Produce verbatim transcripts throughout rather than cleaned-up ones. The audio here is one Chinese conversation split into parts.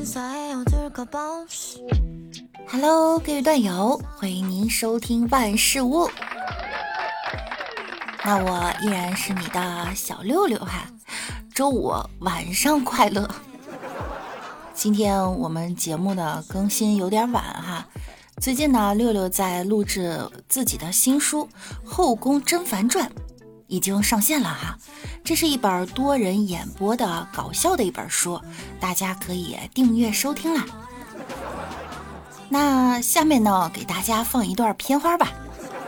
Hello， 各位段友，欢迎您收听万事屋。那我依然是你的小六六哈，周五晚上快乐。今天我们节目的更新有点晚哈，最近呢，六六在录制自己的新书《后宫甄嬛传》，已经上线了哈。这是一本多人演播的搞笑的一本书，大家可以订阅收听啦。那下面呢，给大家放一段片花吧。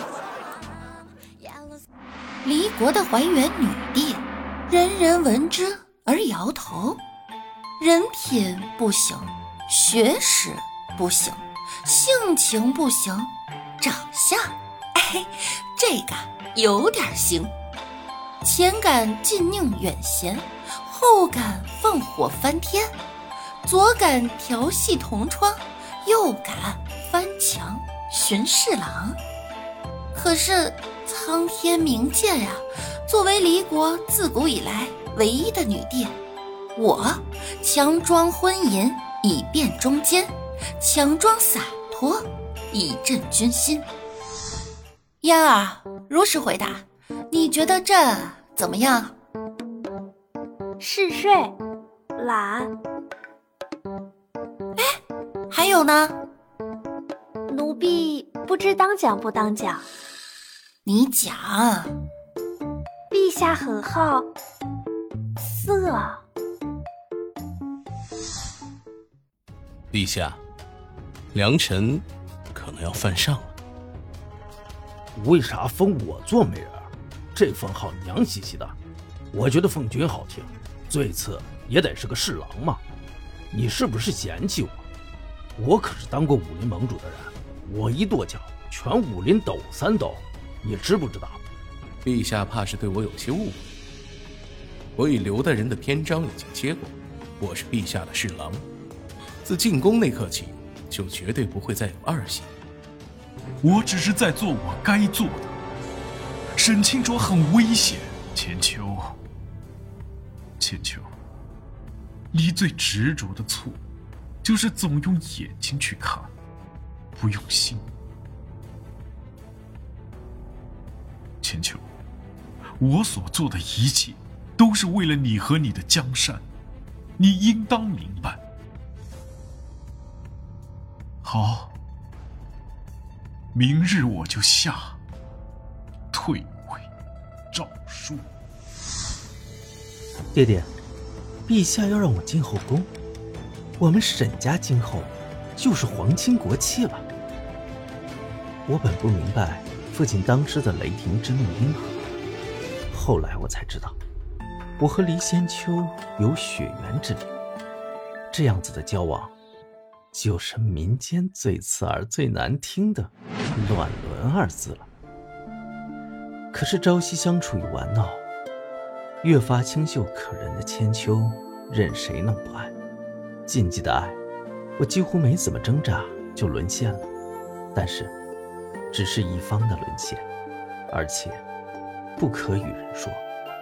离国的怀远女帝，人人闻之而摇头。人品不行，学识不行，性情不行，长相，哎，这个有点行。前敢进宁远贤，后敢放火翻天，左敢调戏同窗，又敢翻墙寻侍郎。可是苍天明鉴呀，作为离国自古以来唯一的女帝，我强装婚姻以便忠奸，强装洒脱以振军心。嫣儿如实回答，你觉得朕怎么样？ 嗜睡懒。 哎，还有呢？ 奴婢不知当讲不当讲。 你讲。 陛下很好色。 陛下，良臣可能要犯上了。 为啥封我做媒人？这封号娘兮兮的，我觉得奉君好听，最次也得是个侍郎嘛。你是不是嫌弃我？我可是当过武林盟主的人，我一跺脚，全武林抖三抖，你知不知道？ 陛下怕是对我有些误会。我与刘大人的篇章已经接过，我是陛下的侍郎，自进宫那刻起，就绝对不会再有二心。 我只是在做我该做的。沈清浊很危险，千秋，千秋，你最执着的错，就是总用眼睛去看，不用心。千秋，我所做的一切，都是为了你和你的江山，你应当明白。好，明日我就下退位诏书。 爹爹，陛下要让我进后宫，我们沈家今后就是皇亲国戚了。我本不明白父亲当时的雷霆之怒因何，后来我才知道，我和黎仙秋有血缘之理，这样子的交往，就是民间最刺耳最难听的乱伦二字了。可是朝夕相处与玩闹，越发清秀可人的千秋，任谁能不爱？禁忌的爱，我几乎没怎么挣扎就沦陷了，但是只是一方的沦陷，而且不可与人说。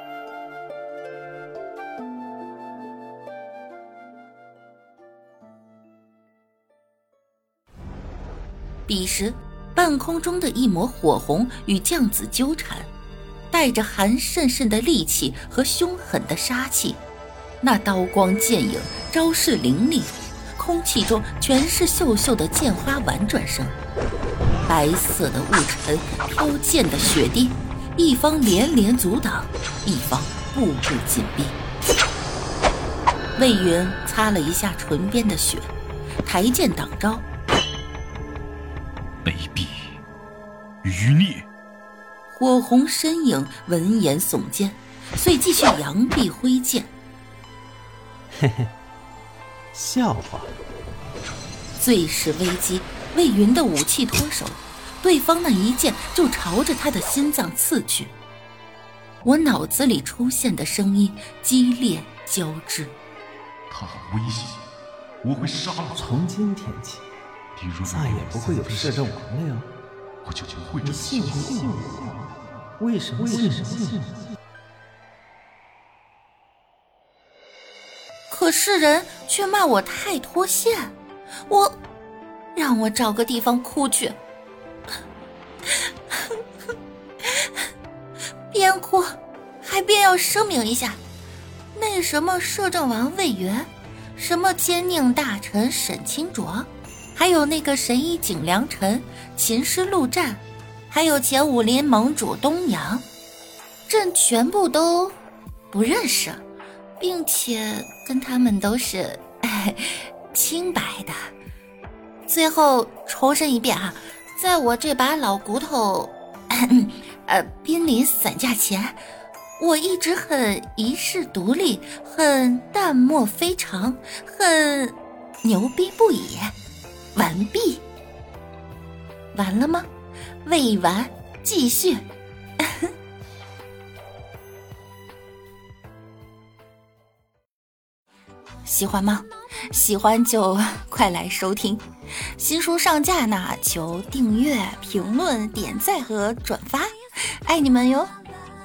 彼时半空中的一抹火红与酱紫纠缠，带着寒渗渗的戾气和凶狠的杀气，那刀光剑影，招式凌厉，空气中全是秀秀的剑花婉转声。白色的雾尘，飘溅的血滴，一方连连阻挡，一方步步紧逼。魏云擦了一下唇边的血，抬剑挡招。 卑鄙余孽！ 火红身影闻言耸肩，遂继续扬臂挥剑。 嘿嘿，笑话。 最是危机，魏云的武器脱手，对方那一剑就朝着他的心脏刺去。我脑子里出现的声音激烈交织。 他很危险，我会杀了他。 从今天起，再也不会有摄政王了哟。 我就不会这你信不信？为什么？为什么？ 可可世人却骂我太脱线，我让我找个地方哭去。边哭还边要声明一下，那什么摄政王魏源，什么奸佞大臣沈清浊，还有那个神医景良辰、秦师陆战，还有前武林盟主东阳，朕全部都不认识，并且跟他们都是哎清白的。最后重申一遍哈，在我这把老骨头呃濒临散架前，我一直很遗世独立，很淡漠非常，很牛逼不已。完毕。完了吗？未完，继续。喜欢吗？喜欢就快来收听。新书上架呢，求订阅、评论、点赞和转发，爱你们哟。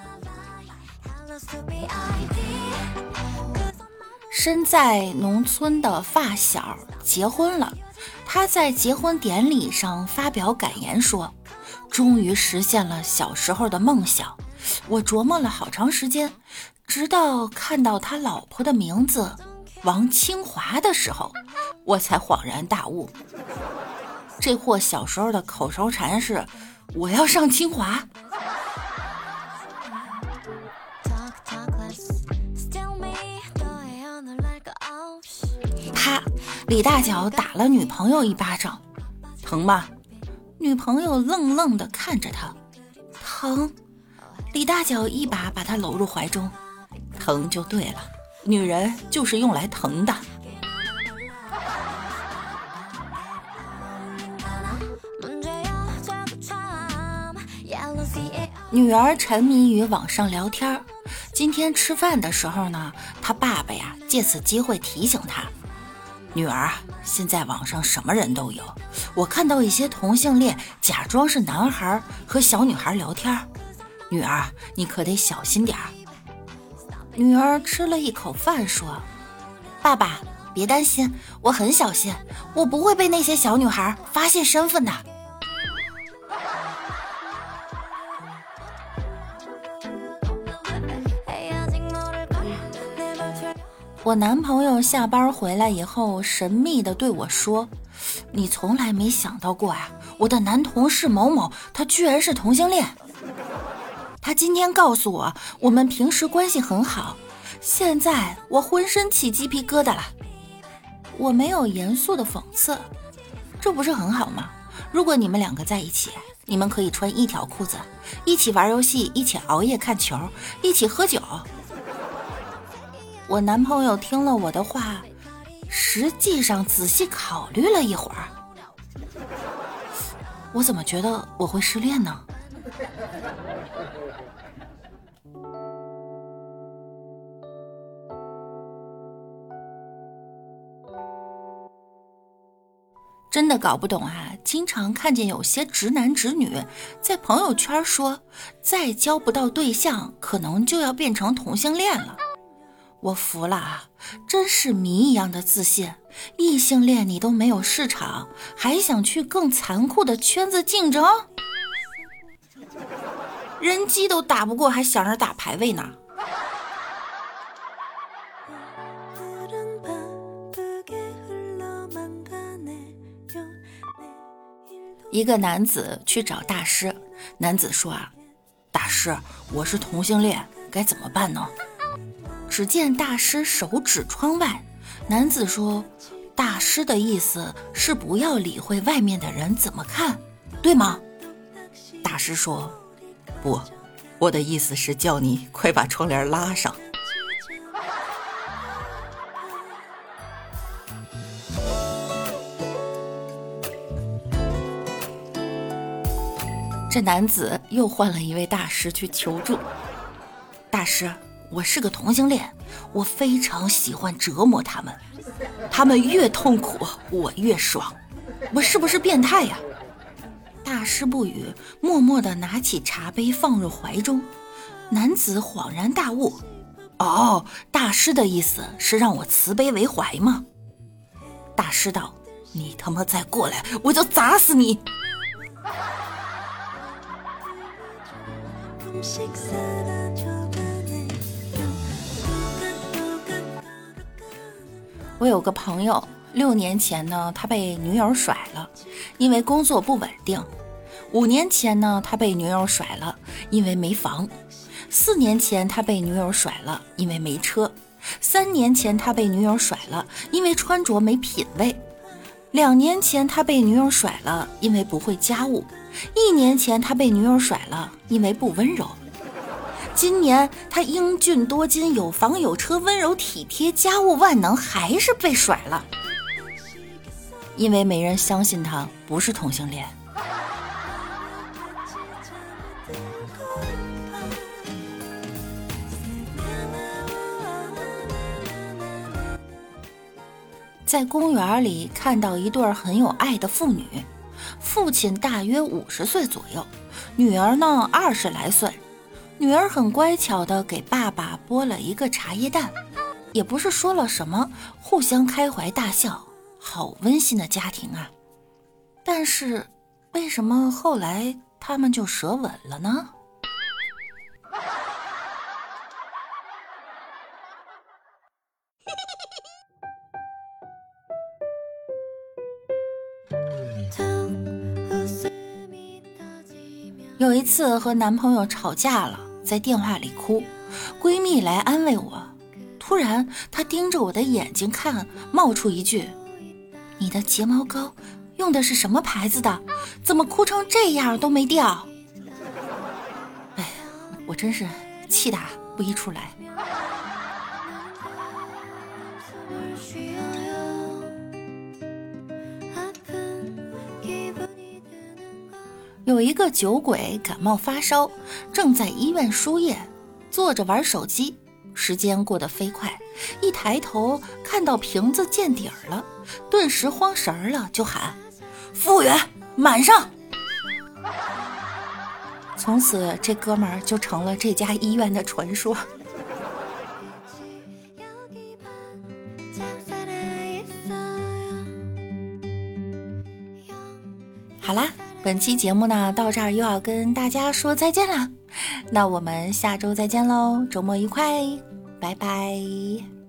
身在农村的发小结婚了，他在结婚典礼上发表感言说，终于实现了小时候的梦想。我琢磨了好长时间，直到看到他老婆的名字王清华的时候，我才恍然大悟。这货小时候的口头禅是我要上清华。啪！李大脚打了女朋友一巴掌，疼吗？女朋友愣愣地看着他，疼。李大脚一把把他搂入怀中，疼就对了，女人就是用来疼的。女儿沉迷于网上聊天，今天吃饭的时候呢，她爸爸呀借此机会提醒她，女儿，现在网上什么人都有，我看到一些同性恋假装是男孩和小女孩聊天，女儿你可得小心点儿。女儿吃了一口饭说，爸爸别担心，我很小心，我不会被那些小女孩发现身份的。我男朋友下班回来以后神秘地对我说，你从来没想到过啊，我的男同事某某他居然是同性恋。他今天告诉我，我们平时关系很好，现在我浑身起鸡皮疙瘩了。我没有严肃的讽刺，这不是很好吗？如果你们两个在一起，你们可以穿一条裤子，一起玩游戏，一起熬夜看球，一起喝酒。我男朋友听了我的话，实际上仔细考虑了一会儿。我怎么觉得我会失恋呢？真的搞不懂啊，经常看见有些直男直女在朋友圈说，再交不到对象，可能就要变成同性恋了。我服了啊，真是谜一样的自信，异性恋你都没有市场，还想去更残酷的圈子竞争？人机都打不过，还想着打排位呢。一个男子去找大师，男子说啊，大师，我是同性恋，该怎么办呢？只见大师手指窗外，男子说，大师的意思是不要理会外面的人怎么看，对吗？大师说，不，我的意思是叫你快把窗帘拉上。这男子又换了一位大师去求助，大师，我是个同性恋，我非常喜欢折磨他们，他们越痛苦我越爽，我是不是变态呀？大师不语，默默地拿起茶杯放入怀中。男子恍然大悟， 哦，大师的意思是让我慈悲为怀吗？大师道，你他妈再过来，我就砸死你！我有个朋友，六年前呢，他被女友甩了，因为工作不稳定；五年前呢，他被女友甩了，因为没房；四年前他被女友甩了，因为没车；三年前他被女友甩了，因为穿着没品位；两年前他被女友甩了，因为不会家务；一年前他被女友甩了，因为不温柔。今年他英俊多金，有房有车，温柔体贴，家务万能，还是被甩了，因为没人相信他不是同性恋。在公园里看到一对很有爱的父女，父亲大约五十岁左右，女儿呢二十来岁。女儿很乖巧地给爸爸剥了一个茶叶蛋，也不是说了什么，互相开怀大笑，好温馨的家庭啊。但是为什么后来他们就舌吻了呢？有一次和男朋友吵架了，在电话里哭，闺蜜来安慰我，突然她盯着我的眼睛看，冒出一句，你的睫毛膏用的是什么牌子的？怎么哭成这样都没掉？哎，我真是气打不一出来。有一个酒鬼感冒发烧，正在医院输液，坐着玩手机，时间过得飞快，一抬头看到瓶子见底儿了，顿时慌神儿了，就喊服务员满上。从此这哥们儿就成了这家医院的传说。好啦，本期节目呢到这儿又要跟大家说再见啦，那我们下周再见喽，周末愉快，拜拜。